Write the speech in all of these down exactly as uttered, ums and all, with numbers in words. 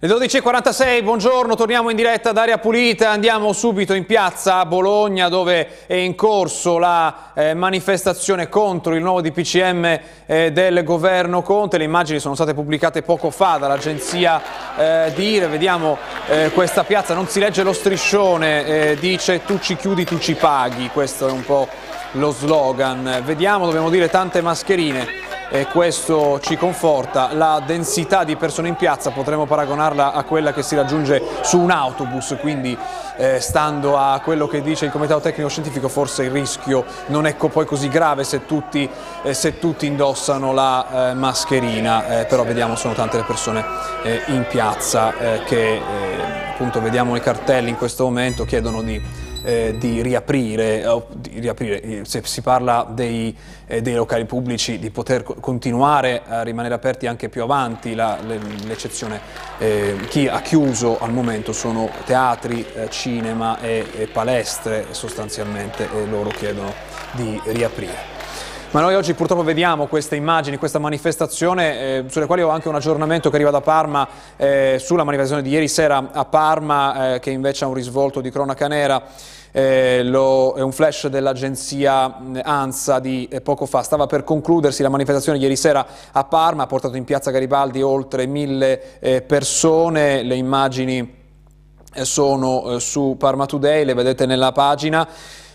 Le dodici e quarantasei, buongiorno, torniamo in diretta ad Aria Pulita, andiamo subito in piazza a Bologna dove è in corso la eh, manifestazione contro il nuovo D P C M eh, del governo Conte. Le immagini sono state pubblicate poco fa dall'agenzia eh, Dire, vediamo eh, questa piazza, non si legge lo striscione, eh, dice tu ci chiudi, tu ci paghi, questo è un po' lo slogan. Vediamo, dobbiamo dire, tante mascherine. E questo ci conforta, la densità di persone in piazza potremmo paragonarla a quella che si raggiunge su un autobus, quindi eh, stando a quello che dice il Comitato Tecnico Scientifico forse il rischio non è poi così grave se tutti, eh, se tutti indossano la eh, mascherina, eh, però vediamo sono tante le persone eh, in piazza eh, che eh, appunto vediamo i cartelli in questo momento, chiedono di Eh, di riaprire, oh, di riaprire, se si parla dei, eh, dei locali pubblici, di poter co continuare a rimanere aperti anche più avanti. L'eccezione, eh, chi ha chiuso al momento sono teatri, eh, cinema e, e palestre sostanzialmente, e loro chiedono di riaprire. Ma noi oggi purtroppo vediamo queste immagini, questa manifestazione, eh, sulle quali ho anche un aggiornamento che arriva da Parma, eh, sulla manifestazione di ieri sera a Parma, eh, che invece ha un risvolto di cronaca nera. Eh, lo, è un flash dell'agenzia ANSA di eh, poco fa. Stava per concludersi la manifestazione ieri sera a Parma, ha portato in piazza Garibaldi oltre mille eh, persone. Le immagini eh, sono eh, su Parma Today, le vedete nella pagina.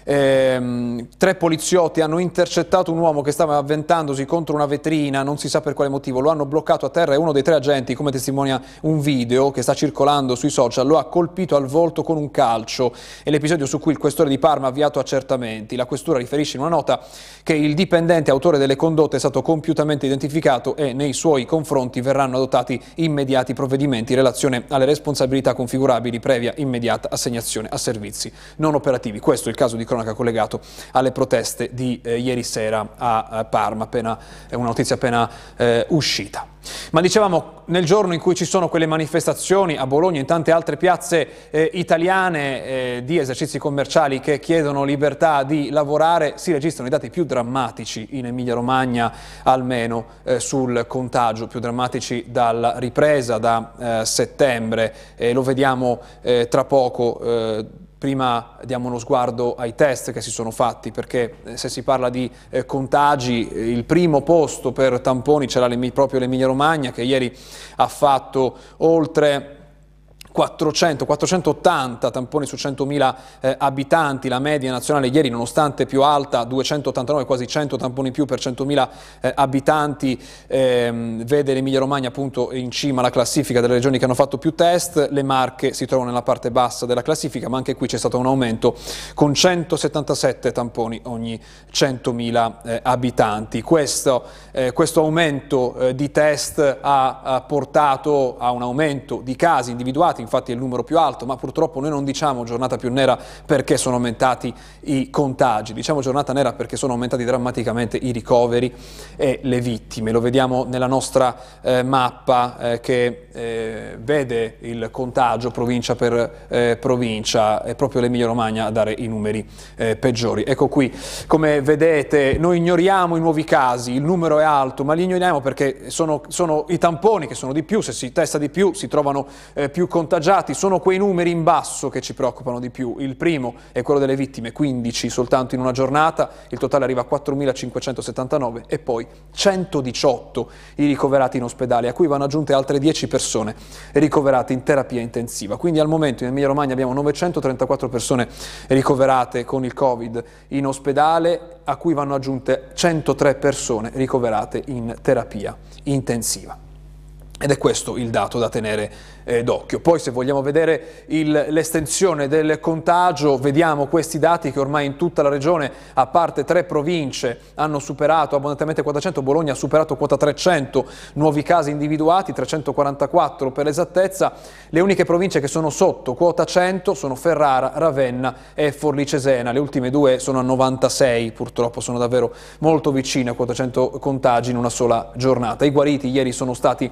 Eh, tre poliziotti hanno intercettato un uomo che stava avventandosi contro una vetrina, non si sa per quale motivo, lo hanno bloccato a terra e uno dei tre agenti, come testimonia un video che sta circolando sui social, lo ha colpito al volto con un calcio. È l'episodio su cui il questore di Parma ha avviato accertamenti. La questura riferisce in una nota che il dipendente autore delle condotte è stato compiutamente identificato e nei suoi confronti verranno adottati immediati provvedimenti in relazione alle responsabilità configurabili previa immediata assegnazione a servizi non operativi. Questo è il caso di cronaca collegato alle proteste di eh, ieri sera a, a Parma, appena, è una notizia appena eh, uscita. Ma dicevamo, nel giorno in cui ci sono quelle manifestazioni a Bologna e in tante altre piazze eh, italiane eh, di esercizi commerciali che chiedono libertà di lavorare, si registrano i dati più drammatici in Emilia-Romagna, almeno eh, sul contagio, più drammatici dalla ripresa da eh, settembre, e lo vediamo eh, tra poco. Eh, Prima diamo uno sguardo ai test che si sono fatti, perché se si parla di eh, contagi, eh, il primo posto per tamponi c'era proprio l'Emilia Romagna, che ieri ha fatto oltre quattrocento, quattrocentottanta tamponi su centomila eh, abitanti. La media nazionale ieri, nonostante più alta, duecentottantanove, quasi cento tamponi in più per centomila eh, abitanti, ehm, vede l'Emilia Romagna appunto in cima alla classifica delle regioni che hanno fatto più test. Le Marche si trovano nella parte bassa della classifica, ma anche qui c'è stato un aumento con centosettantasette tamponi ogni centomila eh, abitanti. Questo, eh, questo aumento eh, di test ha, ha portato a un aumento di casi individuati. Infatti è il numero più alto, ma purtroppo noi non diciamo giornata più nera perché sono aumentati i contagi, diciamo giornata nera perché sono aumentati drammaticamente i ricoveri e le vittime. Lo vediamo nella nostra eh, mappa eh, che eh, vede il contagio provincia per eh, provincia, è proprio l'Emilia Romagna a dare i numeri eh, peggiori. Ecco qui, come vedete, noi ignoriamo i nuovi casi, il numero è alto, ma li ignoriamo perché sono, sono i tamponi che sono di più, se si testa di più si trovano eh, più contagiati. Sono quei numeri in basso che ci preoccupano di più. Il primo è quello delle vittime, quindici soltanto in una giornata, il totale arriva a quattromilacinquecentosettantanove, e poi centodiciotto i ricoverati in ospedale, a cui vanno aggiunte altre dieci persone ricoverate in terapia intensiva. Quindi al momento in Emilia Romagna abbiamo novecentotrentaquattro persone ricoverate con il Covid in ospedale, a cui vanno aggiunte centotré persone ricoverate in terapia intensiva. Ed è questo il dato da tenere eh, d'occhio. Poi, se vogliamo vedere l'estensione del contagio, vediamo questi dati che ormai in tutta la regione, a parte tre province, hanno superato abbondantemente quota cento. Bologna ha superato quota trecento nuovi casi individuati, trecentoquarantaquattro per l'esattezza. Le uniche province che sono sotto quota cento sono Ferrara, Ravenna e Forlì Cesena. Le ultime due sono a novantasei, purtroppo sono davvero molto vicine a quota cento contagi in una sola giornata. I guariti ieri sono stati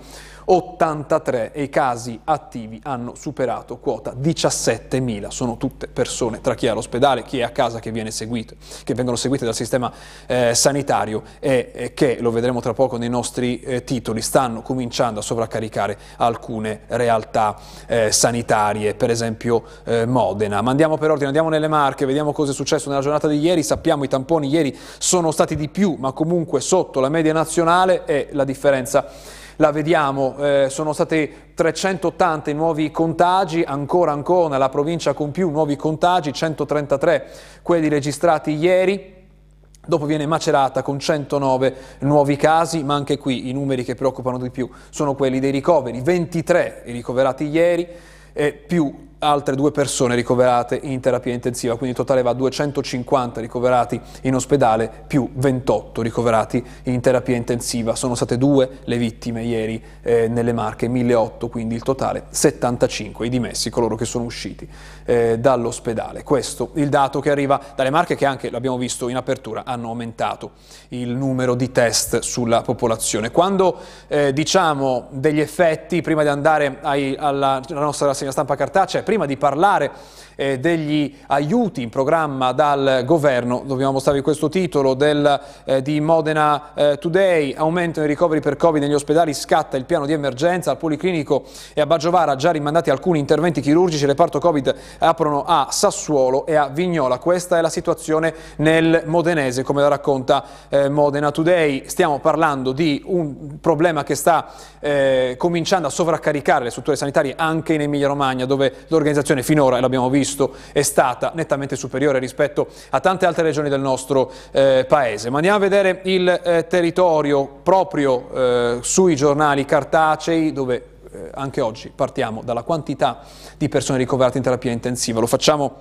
ottantatré e i casi attivi hanno superato quota diciassettemila. Sono tutte persone, tra chi è all'ospedale, chi è a casa, che viene seguito, che vengono seguite dal sistema eh, sanitario e eh, che, lo vedremo tra poco nei nostri eh, titoli, stanno cominciando a sovraccaricare alcune realtà eh, sanitarie, per esempio eh, Modena. Ma andiamo per ordine, andiamo nelle Marche, vediamo cosa è successo nella giornata di ieri. Sappiamo i tamponi ieri sono stati di più, ma comunque sotto la media nazionale, e la differenza la vediamo. Eh, sono stati trecentottanta i nuovi contagi, ancora Ancona, la provincia con più nuovi contagi, centotrentatré quelli registrati ieri. Dopo viene Macerata con centonove nuovi casi, ma anche qui i numeri che preoccupano di più sono quelli dei ricoveri, ventitré i ricoverati ieri, e più altre due persone ricoverate in terapia intensiva, quindi il totale va a duecentocinquanta ricoverati in ospedale più ventotto ricoverati in terapia intensiva. Sono state due le vittime ieri eh, nelle Marche, milleottocento, quindi il totale settantacinque i dimessi, coloro che sono usciti eh, dall'ospedale. Questo il dato che arriva dalle Marche, che anche, l'abbiamo visto in apertura, hanno aumentato il numero di test sulla popolazione. Quando eh, diciamo degli effetti, prima di andare ai, alla, alla nostra rassegna stampa cartacea, prima di parlare eh, degli aiuti in programma dal governo, dobbiamo mostrarvi questo titolo del, eh, di Modena eh, Today: aumentano i ricoveri per Covid negli ospedali, scatta il piano di emergenza, al Policlinico e a Baggiovara già rimandati alcuni interventi chirurgici, il reparto Covid aprono a Sassuolo e a Vignola. Questa è la situazione nel modenese, come la racconta eh, Modena Today. Stiamo parlando di un problema che sta eh, cominciando a sovraccaricare le strutture sanitarie anche in Emilia Romagna, dove l'organizzazione finora, e l'abbiamo visto, è stata nettamente superiore rispetto a tante altre regioni del nostro eh, paese. Ma andiamo a vedere il eh, territorio proprio eh, sui giornali cartacei, dove eh, anche oggi partiamo dalla quantità di persone ricoverate in terapia intensiva. Lo facciamo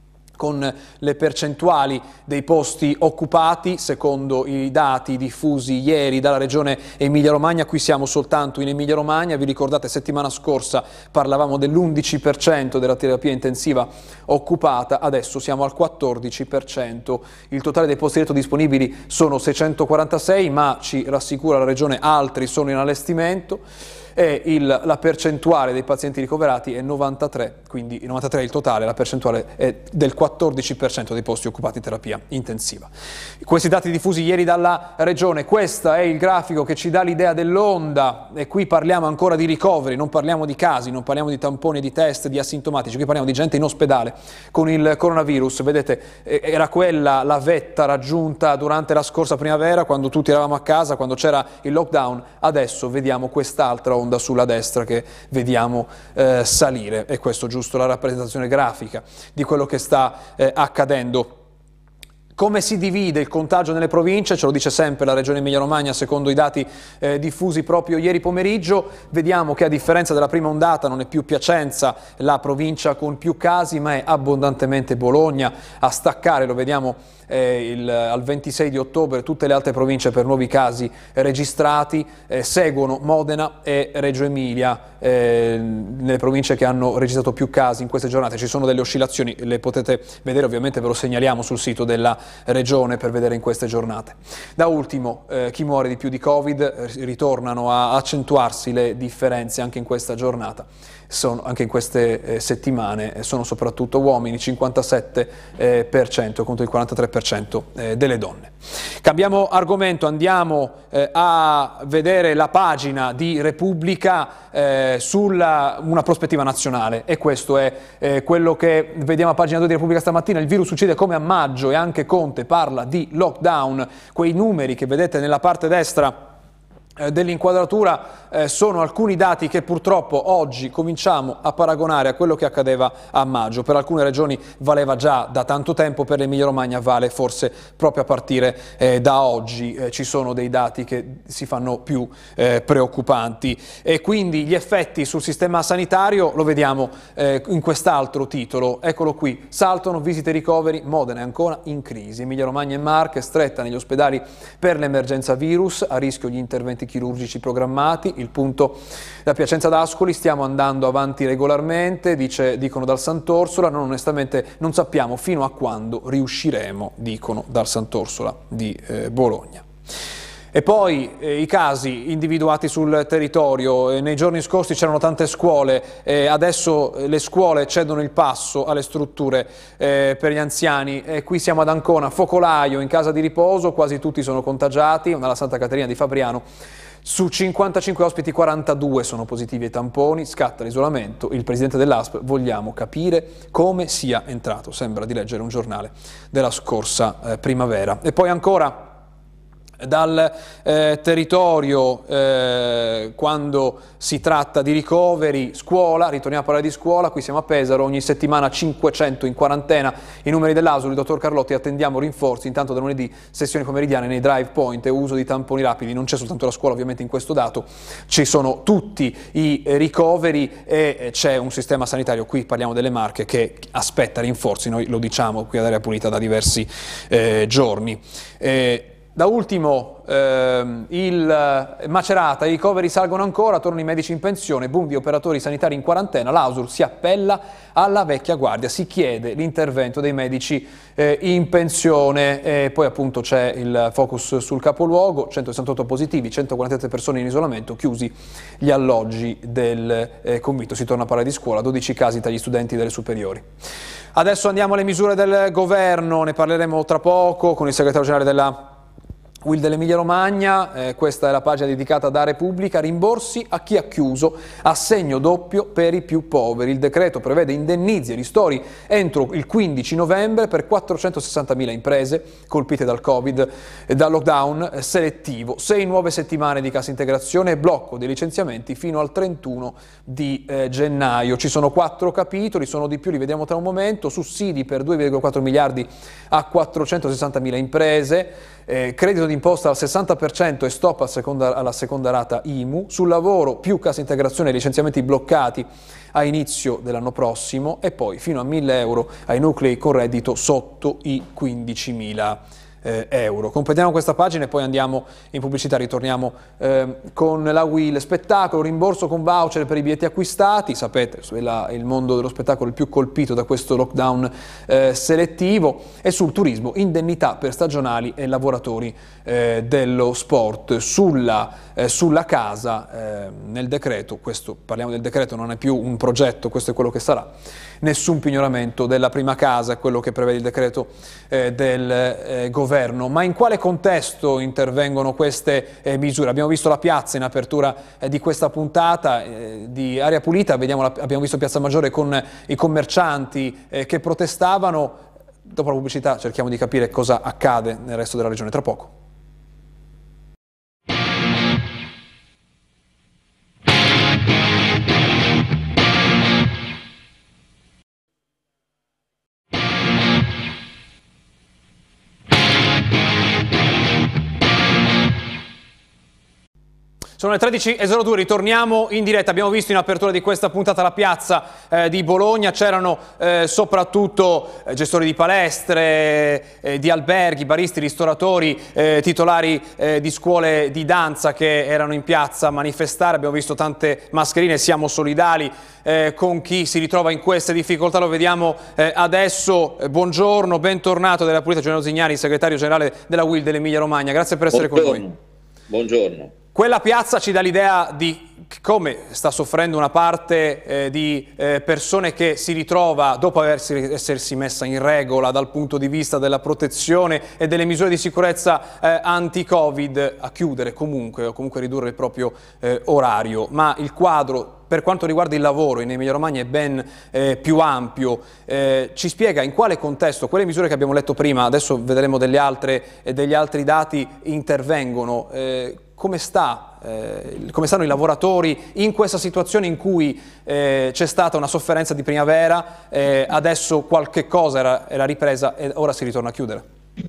con le percentuali dei posti occupati secondo i dati diffusi ieri dalla regione Emilia-Romagna. Qui siamo soltanto in Emilia-Romagna. Vi ricordate, settimana scorsa parlavamo dell'undici per cento della terapia intensiva occupata, adesso siamo al quattordici per cento. Il totale dei posti letto disponibili sono seicentoquarantasei, ma ci rassicura la regione altri sono in allestimento. E il, la percentuale dei pazienti ricoverati è novantatré, quindi il novantatré è il totale, la percentuale è del quattordici per cento dei posti occupati in terapia intensiva. Questi dati diffusi ieri dalla regione, questo è il grafico che ci dà l'idea dell'onda, e qui parliamo ancora di ricoveri, non parliamo di casi, non parliamo di tamponi, di test, di asintomatici, qui parliamo di gente in ospedale con il coronavirus. Vedete, era quella la vetta raggiunta durante la scorsa primavera, quando tutti eravamo a casa, quando c'era il lockdown. Adesso vediamo quest'altra onda sulla destra che vediamo eh, salire, e questo giusto la rappresentazione grafica di quello che sta eh, accadendo. Come si divide il contagio nelle province? Ce lo dice sempre la regione Emilia-Romagna secondo i dati eh, diffusi proprio ieri pomeriggio. Vediamo che, a differenza della prima ondata, non è più Piacenza la provincia con più casi, ma è abbondantemente Bologna a staccare. Lo vediamo eh, il, al ventisei di ottobre, tutte le altre province per nuovi casi registrati. Eh, seguono Modena e Reggio Emilia eh, nelle province che hanno registrato più casi in queste giornate. Ci sono delle oscillazioni, le potete vedere, ovviamente ve lo segnaliamo sul sito della regione per vedere in queste giornate. Da ultimo, eh, chi muore di più di Covid, ritornano a accentuarsi le differenze anche in questa giornata. Sono, anche in queste eh, settimane eh, sono soprattutto uomini, cinquantasette per cento eh, contro il quarantatré per cento eh, delle donne. Cambiamo argomento, andiamo eh, a vedere la pagina di Repubblica eh, sulla una prospettiva nazionale, e questo è eh, quello che vediamo a pagina due di Repubblica stamattina. Il virus uccide come a maggio, e anche Conte parla di lockdown. Quei numeri che vedete nella parte destra dell'inquadratura eh, sono alcuni dati che purtroppo oggi cominciamo a paragonare a quello che accadeva a maggio. Per alcune regioni valeva già da tanto tempo, per l'Emilia Romagna vale forse proprio a partire eh, da oggi. Eh, ci sono dei dati che si fanno più eh, preoccupanti, e quindi gli effetti sul sistema sanitario lo vediamo eh, in quest'altro titolo. Eccolo qui: saltano visite e ricoveri, Modena è ancora in crisi, Emilia Romagna e Marche stretta negli ospedali per l'emergenza virus, a rischio gli interventi chirurgici programmati. Il punto da Piacenza d'Ascoli: stiamo andando avanti regolarmente, dice, dicono dal Sant'Orsola, non onestamente non sappiamo fino a quando riusciremo, dicono dal Sant'Orsola di eh, Bologna. E poi eh, i casi individuati sul territorio. Eh, nei giorni scorsi c'erano tante scuole, eh, adesso le scuole cedono il passo alle strutture eh, per gli anziani. E qui siamo ad Ancona, focolaio in casa di riposo, quasi tutti sono contagiati, una alla Santa Caterina di Fabriano. Su cinquantacinque ospiti quarantadue sono positivi ai tamponi, scatta l'isolamento. Il presidente dell'A S P: vogliamo capire come sia entrato. Sembra di leggere un giornale della scorsa eh, primavera. E poi ancora dal eh, territorio, eh, quando si tratta di ricoveri, scuola, ritorniamo a parlare di scuola, qui siamo a Pesaro, ogni settimana cinquecento in quarantena, i numeri dell'A S U L, il dottor Carlotti: attendiamo rinforzi, intanto da lunedì sessioni pomeridiane nei drive point e uso di tamponi rapidi. Non c'è soltanto la scuola ovviamente in questo dato, ci sono tutti i ricoveri e c'è un sistema sanitario, qui parliamo delle Marche, che aspetta rinforzi, noi lo diciamo qui ad Aria Pulita da diversi eh, giorni. Eh, Da ultimo ehm, il Macerata, i ricoveri salgono ancora, tornano i medici in pensione, boom di operatori sanitari in quarantena, l'A S U L si appella alla vecchia guardia, si chiede l'intervento dei medici eh, in pensione. E poi appunto c'è il focus sul capoluogo, centosessantotto positivi, centoquarantasette persone in isolamento, chiusi gli alloggi del eh, convitto. Si torna a parlare di scuola, dodici casi tra gli studenti delle superiori. Adesso andiamo alle misure del governo, ne parleremo tra poco con il segretario generale della U I L dell'Emilia Romagna. Eh, questa è la pagina dedicata da Repubblica. Rimborsi a chi ha chiuso, assegno doppio per i più poveri. Il decreto prevede indennizi e ristori entro il quindici novembre per quattrocentosessantamila imprese colpite dal Covid e dal lockdown selettivo. Sei nuove settimane di cassa integrazione e blocco dei licenziamenti fino al trentuno di eh, gennaio. Ci sono quattro capitoli, sono di più, li vediamo tra un momento. Sussidi per due virgola quattro miliardi a quattrocentosessantamila imprese. Eh, credito d'imposta al sessanta per cento e stop al seconda, alla seconda rata I M U. Sul lavoro più cassa integrazione e licenziamenti bloccati a inizio dell'anno prossimo, e poi fino a mille euro ai nuclei con reddito sotto i quindicimila eh, euro. Completiamo questa pagina e poi andiamo in pubblicità. Ritorniamo eh, con la U I L spettacolo, rimborso con voucher per i biglietti acquistati. Sapete, la, il mondo dello spettacolo è il più colpito da questo lockdown eh, selettivo. E sul turismo, indennità per stagionali e lavoratori eh, dello sport. Sulla, eh, sulla casa, eh, nel decreto, questo parliamo del decreto, non è più un progetto, questo è quello che sarà. Nessun pignoramento della prima casa, è quello che prevede il decreto eh, del eh, governo. Ma in quale contesto intervengono queste eh, misure? Abbiamo visto la piazza in apertura eh, di questa puntata eh, di Aria Pulita, vediamo la, abbiamo visto Piazza Maggiore con i commercianti eh, che protestavano. Dopo la pubblicità cerchiamo di capire cosa accade nel resto della regione, tra poco. Sono le tredici e zero due, ritorniamo in diretta. Abbiamo visto in apertura di questa puntata la piazza eh, di Bologna. C'erano eh, soprattutto eh, gestori di palestre, eh, di alberghi, baristi, ristoratori, eh, titolari eh, di scuole di danza che erano in piazza a manifestare. Abbiamo visto tante mascherine, siamo solidali eh, con chi si ritrova in queste difficoltà. Lo vediamo eh, adesso. Eh, buongiorno, bentornato della Pulita, Giuliano Zignani, segretario generale della U I L dell'Emilia Romagna. Grazie per essere buongiorno. con noi. Buongiorno. Quella piazza ci dà l'idea di come sta soffrendo una parte eh, di eh, persone che si ritrova, dopo aversi, essersi messa in regola dal punto di vista della protezione e delle misure di sicurezza eh, anti-Covid, a chiudere comunque o comunque ridurre il proprio eh, orario. Ma il quadro per quanto riguarda il lavoro in Emilia Romagna è ben eh, più ampio. Eh, ci spiega in quale contesto quelle misure che abbiamo letto prima, adesso vedremo delle altre, eh, degli altri dati, intervengono. Eh, come sta, eh, come stanno i lavoratori in questa situazione in cui eh, c'è stata una sofferenza di primavera, eh, adesso qualche cosa era, era ripresa e ora si ritorna a chiudere?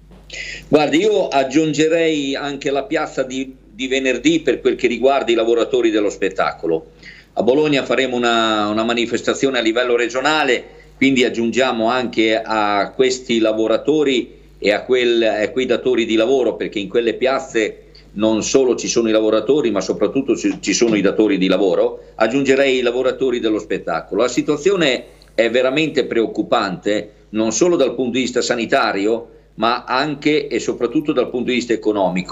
Guardi, io aggiungerei anche la piazza di, di venerdì per quel che riguarda i lavoratori dello spettacolo. A Bologna faremo una, una manifestazione a livello regionale, quindi aggiungiamo anche a questi lavoratori e a, quel, a quei datori di lavoro, perché in quelle piazze non solo ci sono i lavoratori ma soprattutto ci sono i datori di lavoro. Aggiungerei i lavoratori dello spettacolo. La situazione è veramente preoccupante, non solo dal punto di vista sanitario ma anche e soprattutto dal punto di vista economico.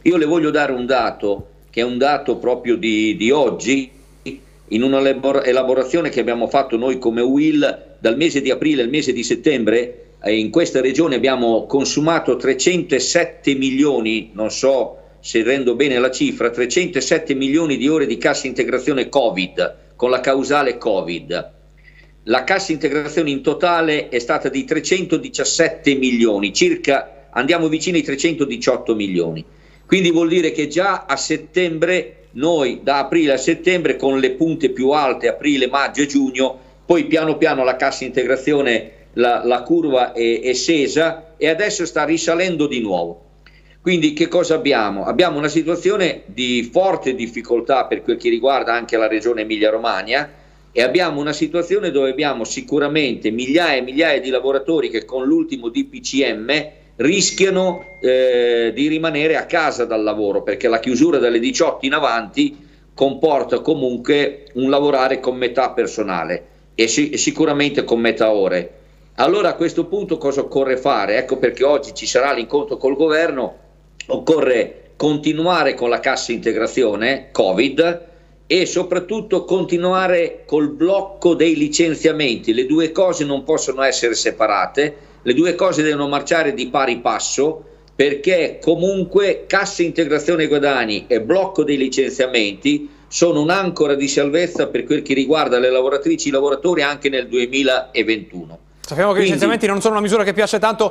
Io le voglio dare un dato, che è un dato proprio di, di oggi, in una elaborazione che abbiamo fatto noi come U I L dal mese di aprile al mese di settembre. In questa regione abbiamo consumato trecentosette milioni, non so se rendo bene la cifra, trecentosette milioni di ore di cassa integrazione Covid, con la causale Covid. La cassa integrazione in totale è stata di trecentodiciassette milioni, circa andiamo vicino ai trecentodiciotto milioni. Quindi vuol dire che già a settembre, noi da aprile a settembre, con le punte più alte, aprile, maggio e giugno, poi piano piano la cassa integrazione, La, la curva è, è scesa e adesso sta risalendo di nuovo. Quindi che cosa abbiamo? Abbiamo una situazione di forte difficoltà per quel che riguarda anche la regione Emilia-Romagna, e abbiamo una situazione dove abbiamo sicuramente migliaia e migliaia di lavoratori che con l'ultimo D P C M rischiano eh, di rimanere a casa dal lavoro, perché la chiusura dalle diciotto in avanti comporta comunque un lavorare con metà personale e, si, e sicuramente con metà ore. Allora a questo punto cosa occorre fare? Ecco perché oggi ci sarà l'incontro col governo. Occorre continuare con la cassa integrazione Covid e soprattutto continuare col blocco dei licenziamenti. Le due cose non possono essere separate, le due cose devono marciare di pari passo, perché comunque cassa integrazione guadagni e blocco dei licenziamenti sono un'ancora di salvezza per quel che riguarda le lavoratrici e i lavoratori anche nel duemilaventuno. Sappiamo che i licenziamenti non sono una misura che piace tanto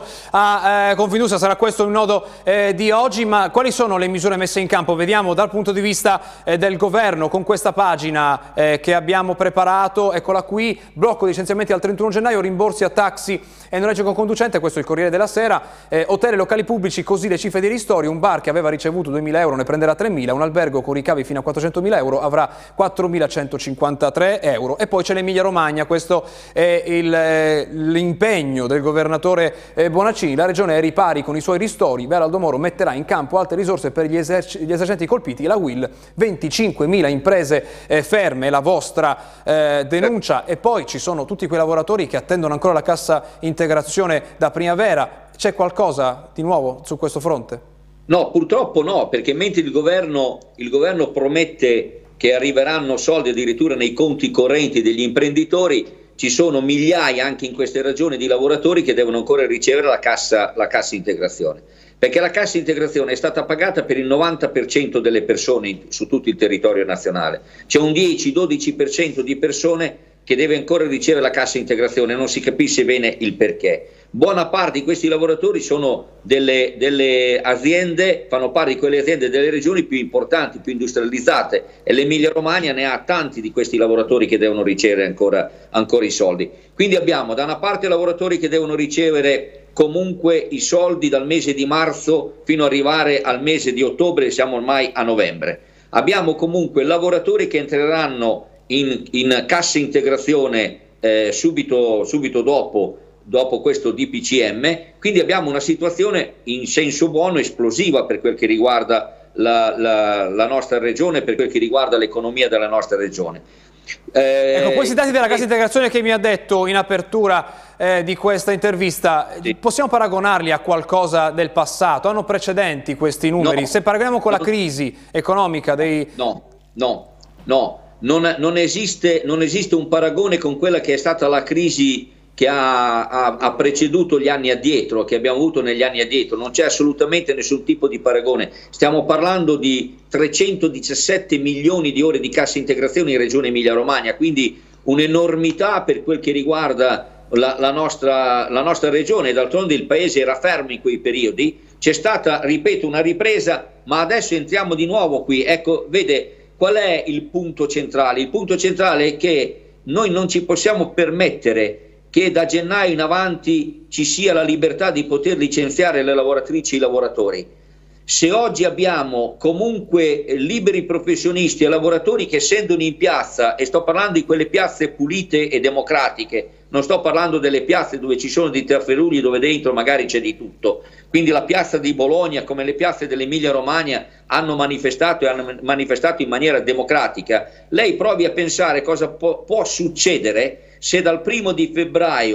a eh, Confindustria, sarà questo il nodo eh, di oggi, ma quali sono le misure messe in campo? Vediamo dal punto di vista eh, del governo con questa pagina eh, che abbiamo preparato, eccola qui, blocco di licenziamenti al trentuno gennaio, rimborsi a taxi e noleggio con conducente, questo è il Corriere della Sera, eh, hotel e locali pubblici, così le cifre di ristori, un bar che aveva ricevuto duemila euro ne prenderà tremila, un albergo con ricavi fino a quattrocentomila euro avrà quattromilacentocinquantatré euro, e poi c'è l'Emilia Romagna, questo è il... Eh, l'impegno del governatore eh, Bonaccini. La regione è ai ripari con i suoi ristori. Beraldo Moro metterà in campo altre risorse per gli, eserc gli esercenti colpiti. La U I L, venticinquemila imprese eh, ferme, la vostra eh, denuncia, e poi ci sono tutti quei lavoratori che attendono ancora la cassa integrazione da primavera. C'è qualcosa di nuovo su questo fronte? No, purtroppo no, perché mentre il governo, il governo promette che arriveranno soldi addirittura nei conti correnti degli imprenditori, ci sono migliaia anche in queste regioni di lavoratori che devono ancora ricevere la cassa, la cassa integrazione, perché la cassa integrazione è stata pagata per il novanta per cento delle persone su tutto il territorio nazionale. C'è un dieci dodici per cento di persone che deve ancora ricevere la cassa integrazione, non si capisce bene il perché. Buona parte di questi lavoratori sono delle, delle aziende, fanno parte di quelle aziende delle regioni più importanti, più industrializzate, e l'Emilia Romagna ne ha tanti di questi lavoratori che devono ricevere ancora, ancora i soldi. Quindi abbiamo da una parte lavoratori che devono ricevere comunque i soldi dal mese di marzo fino ad arrivare al mese di ottobre, siamo ormai a novembre. Abbiamo comunque lavoratori che entreranno in, in cassa integrazione eh, subito, subito dopo dopo questo D P C M, quindi abbiamo una situazione in senso buono esplosiva per quel che riguarda la, la, la nostra regione, per quel che riguarda l'economia della nostra regione. Eh, ecco, questi dati della cassa integrazione che mi ha detto in apertura eh, di questa intervista, sì, possiamo paragonarli a qualcosa del passato? Hanno precedenti questi numeri? No, se paragoniamo con no, la crisi economica dei... No, no, no, non, non, esiste, non esiste un paragone con quella che è stata la crisi che ha, ha, ha preceduto gli anni addietro, che abbiamo avuto negli anni addietro. Non c'è assolutamente nessun tipo di paragone. Stiamo parlando di trecentodiciassette milioni di ore di cassa integrazione in regione Emilia Romagna, quindi un'enormità per quel che riguarda la, la, nostra, la nostra regione. D'altronde il paese era fermo in quei periodi, c'è stata, ripeto, una ripresa, ma adesso entriamo di nuovo qui. Ecco, vede qual è il punto centrale? Il punto centrale è che noi non ci possiamo permettere che da gennaio in avanti ci sia la libertà di poter licenziare le lavoratrici e i lavoratori. Se oggi abbiamo comunque liberi professionisti e lavoratori che scendono in piazza, e sto parlando di quelle piazze pulite e democratiche, non sto parlando delle piazze dove ci sono dei tafferugli dove dentro magari c'è di tutto, quindi la piazza di Bologna come le piazze dell'Emilia Romagna hanno manifestato e hanno manifestato in maniera democratica. Lei provi a pensare cosa può, può succedere se dal primo di febbraio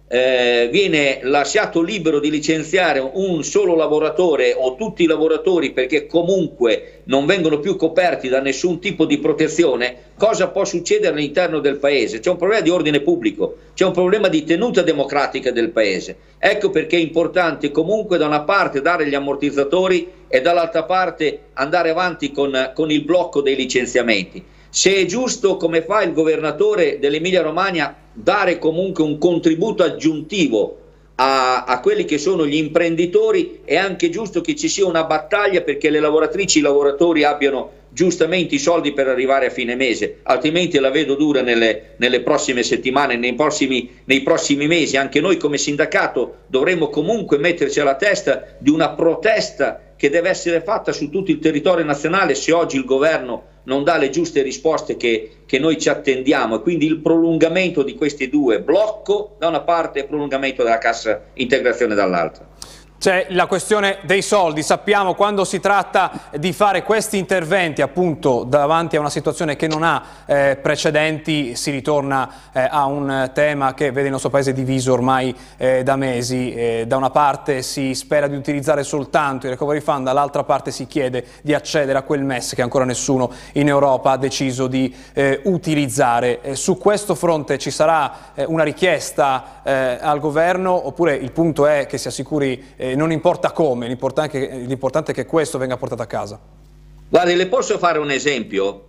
eh, viene lasciato libero di licenziare un solo lavoratore o tutti i lavoratori perché comunque non vengono più coperti da nessun tipo di protezione, cosa può succedere all'interno del paese? C'è un problema di ordine pubblico, c'è un problema di tenuta democratica del paese. Ecco perché è importante comunque da una parte dare gli ammortizzatori e dall'altra parte andare avanti con, con il blocco dei licenziamenti. Se è giusto, come fa il governatore dell'Emilia Romagna, dare comunque un contributo aggiuntivo a, a quelli che sono gli imprenditori, è anche giusto che ci sia una battaglia perché le lavoratrici e i lavoratori abbiano giustamente i soldi per arrivare a fine mese, altrimenti la vedo dura nelle, nelle prossime settimane, nei prossimi, nei prossimi mesi. Anche noi come sindacato dovremo comunque metterci alla testa di una protesta che deve essere fatta su tutto il territorio nazionale se oggi il governo non dà le giuste risposte che, che noi ci attendiamo, e quindi il prolungamento di questi due, blocco da una parte e prolungamento della cassa integrazione dall'altra. C'è la questione dei soldi. Sappiamo quando si tratta di fare questi interventi appunto davanti a una situazione che non ha eh, precedenti, si ritorna eh, a un tema che vede il nostro paese diviso ormai eh, da mesi. Eh, da una parte si spera di utilizzare soltanto il recovery fund, dall'altra parte si chiede di accedere a quel M E S che ancora nessuno in Europa ha deciso di eh, utilizzare. Eh, su questo fronte ci sarà eh, una richiesta eh, al governo, oppure il punto è che si assicuri eh, non importa come, l'importante è che questo venga portato a casa? Guardi, le posso fare un esempio?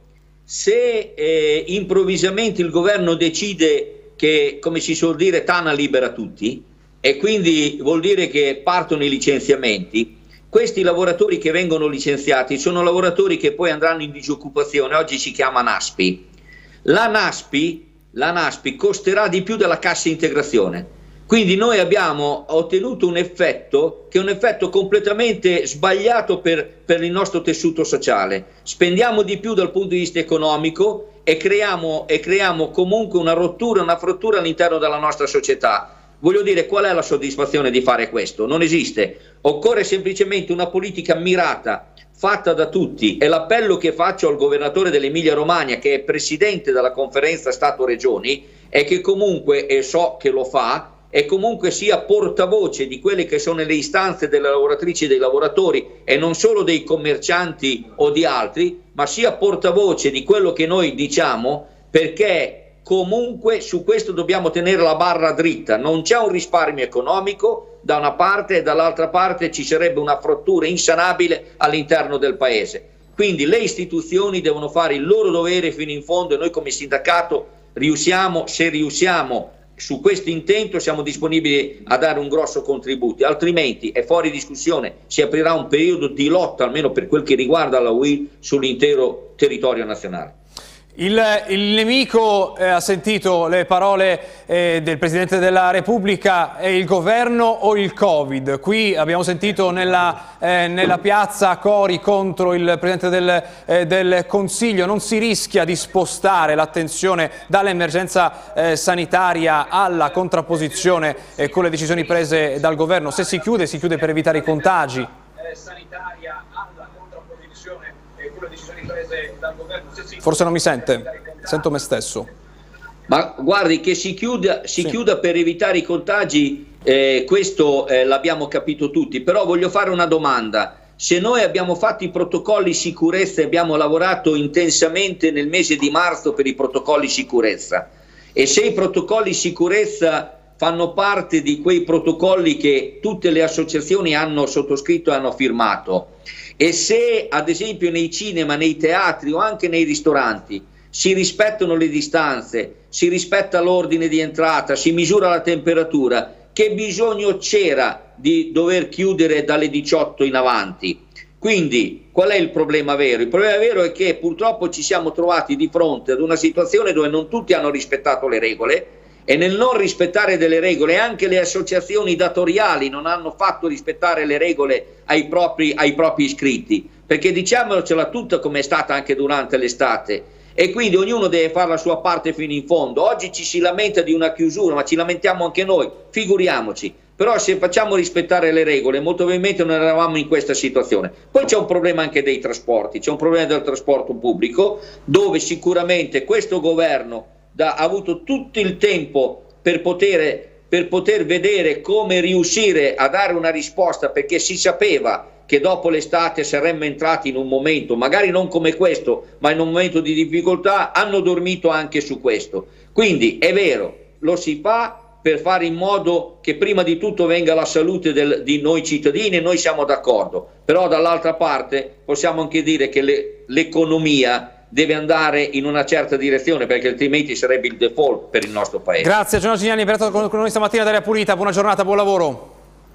Se eh, improvvisamente il governo decide che, come si suol dire, Tana libera tutti, e quindi vuol dire che partono i licenziamenti, questi lavoratori che vengono licenziati sono lavoratori che poi andranno in disoccupazione, oggi si chiama NASPI. La NASPI, la NASPI costerà di più della cassa integrazione. Quindi noi abbiamo ottenuto un effetto che è un effetto completamente sbagliato per, per il nostro tessuto sociale. Spendiamo di più dal punto di vista economico e creiamo, e creiamo comunque una rottura, una frattura all'interno della nostra società. Voglio dire, qual è la soddisfazione di fare questo? Non esiste. Occorre semplicemente una politica mirata, fatta da tutti, e l'appello che faccio al governatore dell'Emilia Romagna, che è presidente della conferenza Stato-Regioni, è che comunque, e so che lo fa, e comunque sia portavoce di quelle che sono le istanze delle lavoratrici e dei lavoratori e non solo dei commercianti o di altri, ma sia portavoce di quello che noi diciamo, perché comunque su questo dobbiamo tenere la barra dritta. Non c'è un risparmio economico da una parte e dall'altra parte ci sarebbe una frattura insanabile all'interno del paese. Quindi le istituzioni devono fare il loro dovere fino in fondo e noi come sindacato riusciamo, se riusciamo su questo intento siamo disponibili a dare un grosso contributo, altrimenti è fuori discussione, si aprirà un periodo di lotta, almeno per quel che riguarda la U I L, sull'intero territorio nazionale. Il, il nemico eh, ha sentito le parole eh, del Presidente della Repubblica: è il governo o il Covid? Qui abbiamo sentito nella, eh, nella piazza cori contro il Presidente del, eh, del Consiglio. Non si rischia di spostare l'attenzione dall'emergenza eh, sanitaria alla contrapposizione eh, con le decisioni prese dal governo? Se si chiude, si chiude per evitare i contagi. Eh, sanitaria alla contrapposizione con le decisioni prese dal governo. Forse non mi sente, sento me stesso. Ma guardi, che si chiuda, si sì. chiuda per evitare i contagi, eh, questo eh, l'abbiamo capito tutti, però voglio fare una domanda. Se noi abbiamo fatto i protocolli sicurezza e abbiamo lavorato intensamente nel mese di marzo per i protocolli sicurezza, e se i protocolli sicurezza fanno parte di quei protocolli che tutte le associazioni hanno sottoscritto e hanno firmato, e se ad esempio nei cinema, nei teatri o anche nei ristoranti si rispettano le distanze, si rispetta l'ordine di entrata, si misura la temperatura, che bisogno c'era di dover chiudere dalle diciotto in avanti? Quindi qual è il problema vero? Il problema vero è che purtroppo ci siamo trovati di fronte ad una situazione dove non tutti hanno rispettato le regole, e nel non rispettare delle regole anche le associazioni datoriali non hanno fatto rispettare le regole ai propri, ai propri iscritti, perché diciamocela tutta come è stata anche durante l'estate, e quindi ognuno deve fare la sua parte fino in fondo. Oggi ci si lamenta di una chiusura, ma ci lamentiamo anche noi, figuriamoci, però se facciamo rispettare le regole molto probabilmente non eravamo in questa situazione. Poi c'è un problema anche dei trasporti, c'è un problema del trasporto pubblico, dove sicuramente questo governo ha avuto tutto il tempo per poter per poter vedere come riuscire a dare una risposta, perché si sapeva che dopo l'estate saremmo entrati in un momento, magari non come questo, ma in un momento di difficoltà, hanno dormito anche su questo. Quindi è vero, lo si fa per fare in modo che prima di tutto venga la salute del, di noi cittadini, e noi siamo d'accordo, però dall'altra parte possiamo anche dire che le, l'economia deve andare in una certa direzione, perché altrimenti sarebbe il default per il nostro paese. Grazie Gennaro Gignani per essere stato con noi stamattina ad Aria Pulita, buona giornata, buon lavoro.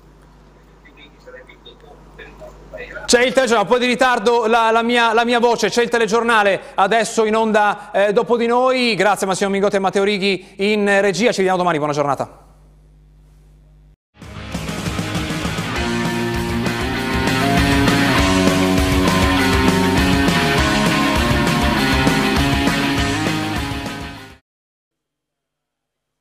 C'è il telegiornale, un po' di ritardo la, la, mia, la mia voce, c'è il telegiornale adesso in onda eh, dopo di noi. Grazie Massimo Mingotti e Matteo Righi in regia, ci vediamo domani, buona giornata.